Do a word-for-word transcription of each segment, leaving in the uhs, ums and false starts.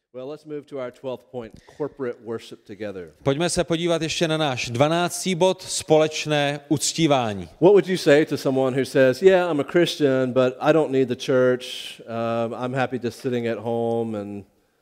Well, let's move to our twelfth point, corporate worship together. Pojďme se podívat ještě na náš dvanáctý bod, společné uctívání. What would you say to someone who says, yeah, I'm a Christian, but I don't need the church. Um, I'm happy just sitting at home and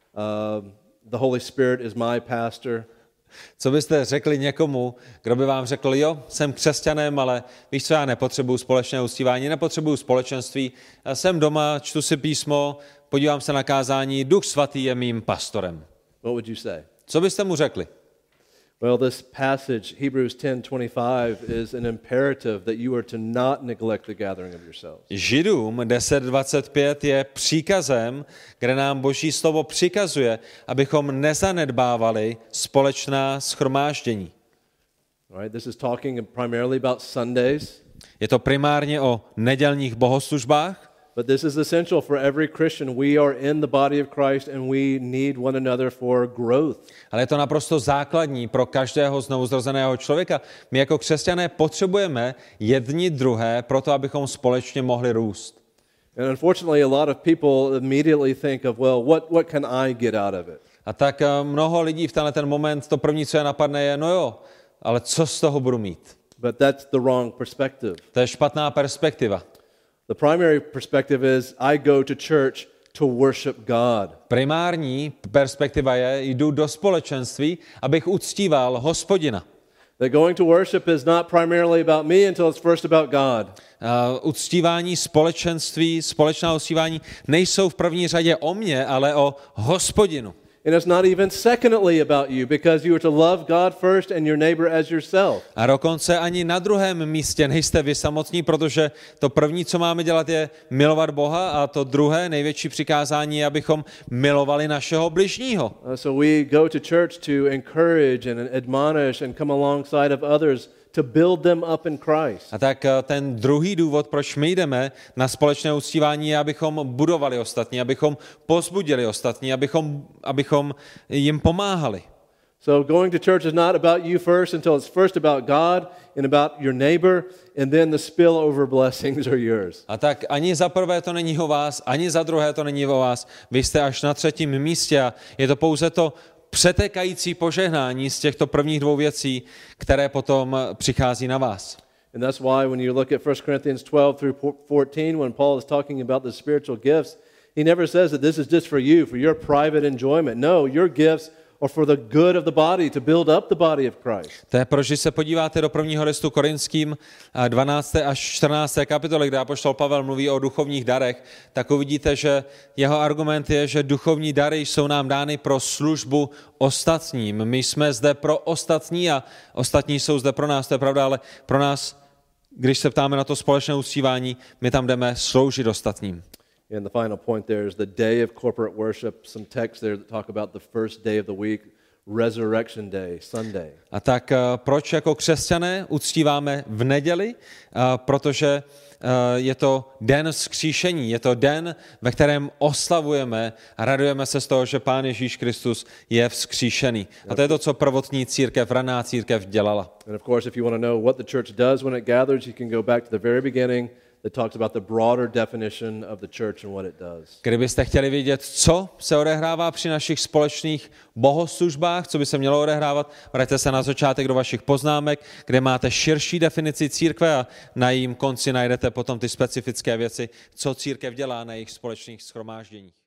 uh, the Holy Spirit is my pastor. Co byste řekli někomu, kdo by vám řekl, jo, jsem křesťanem, ale víš co, já nepotřebuju společné uctívání, nepotřebuju společenství, já jsem doma, čtu si písmo, podívám se na kázání, Duch svatý je mým pastorem. What would you say? Co byste mu řekli? Well, this passage, Hebrews ten twenty-five, is an imperative that you are to not neglect the gathering of yourselves. Židům deset dvacet pět je příkazem, kde nám Boží slovo přikazuje, abychom nezanedbávali společná shromáždění. All right, this is talking primarily about Sundays. Je to primárně o nedělních bohoslužbách, But this is essential for every Christian. We are in the body of Christ and we need one another for growth. ale je to naprosto základní pro každého znovuzrozeného člověka. My jako křesťané potřebujeme jedni druhé proto, abychom společně mohli růst. And unfortunately, a lot of people immediately think of, well, what, what can I get out of it? A tak eh, mnoho lidí v tenhle ten moment, to první, co je napadne, je, no jo, ale co z toho budu mít? But that's the wrong perspective. To je špatná perspektiva. The primary perspective is I go to church to worship God. Primární perspektiva je, jdu do společenství, abych uctíval Hospodina. That going to worship is not primarily about me until it's first about God. Uh, uctívání, společenství, společná uctívání nejsou v první řadě o mně, ale o Hospodinu. And it's not even secondly about you because you are to love God first and your neighbor as yourself. A dokonce ani na druhém místě nejste vy samotní, protože to první, co máme dělat, je milovat Boha a to druhé, největší přikázání je, abychom milovali našeho bližního. Uh, so we go to church to encourage and admonish and come alongside of others to build them up in Christ. A tak ten druhý důvod, proč my jdeme na společné uctívání, je, abychom budovali ostatní, abychom povzbudili ostatní, abychom, abychom jim pomáhali. So going to church is not about you first until it's first about God and about your neighbor, and then the spillover blessings are yours. A tak ani za prvé to není o vás, ani za druhé to není o vás. Vy jste až na třetím místě a je to pouze to přetékající požehnání z těchto prvních dvou věcí, které potom přichází na vás. And that's why when you look at First Corinthians twelve through fourteen, when Paul is talking about the spiritual gifts, he never says that this is just for you, for your private enjoyment. No, your gifts are for the good of the body, to build up the body of Christ. To je proč, když se podíváte do prvního listu Korinským dvanácté až čtrnácté kapitoly, kde apoštol Pavel mluví o duchovních darech, tak uvidíte, že jeho argument je, že duchovní dary jsou nám dány pro službu ostatním. My jsme zde pro ostatní a ostatní jsou zde pro nás, to je pravda, ale pro nás, když se ptáme na to společné uctívání, my tam jdeme sloužit ostatním. And the final point there is the day of corporate worship. Some texts there that talk about the first day of the week, Resurrection Day, Sunday. A tak proč jako křesťané uctíváme v neděli? Protože je to den vzkříšení, je to den, ve kterém oslavujeme a radujeme se z toho, že Pán Ježíš Kristus je vzkříšený. A to je to, co prvotní církev, raná církev dělala. And of course, if you want to know what the church does when it gathers, you can go back to the very beginning. That talks about the broader definition of the church and what it does. Kdybyste chtěli vědět, co se odehrává při našich společných bohoslužbách, co by se mělo odehrávat, vraťte se na začátek do vašich poznámek, kde máte širší definici církve a na jejím konci najdete potom ty specifické věci, co církev dělá na jejich společných shromážděních.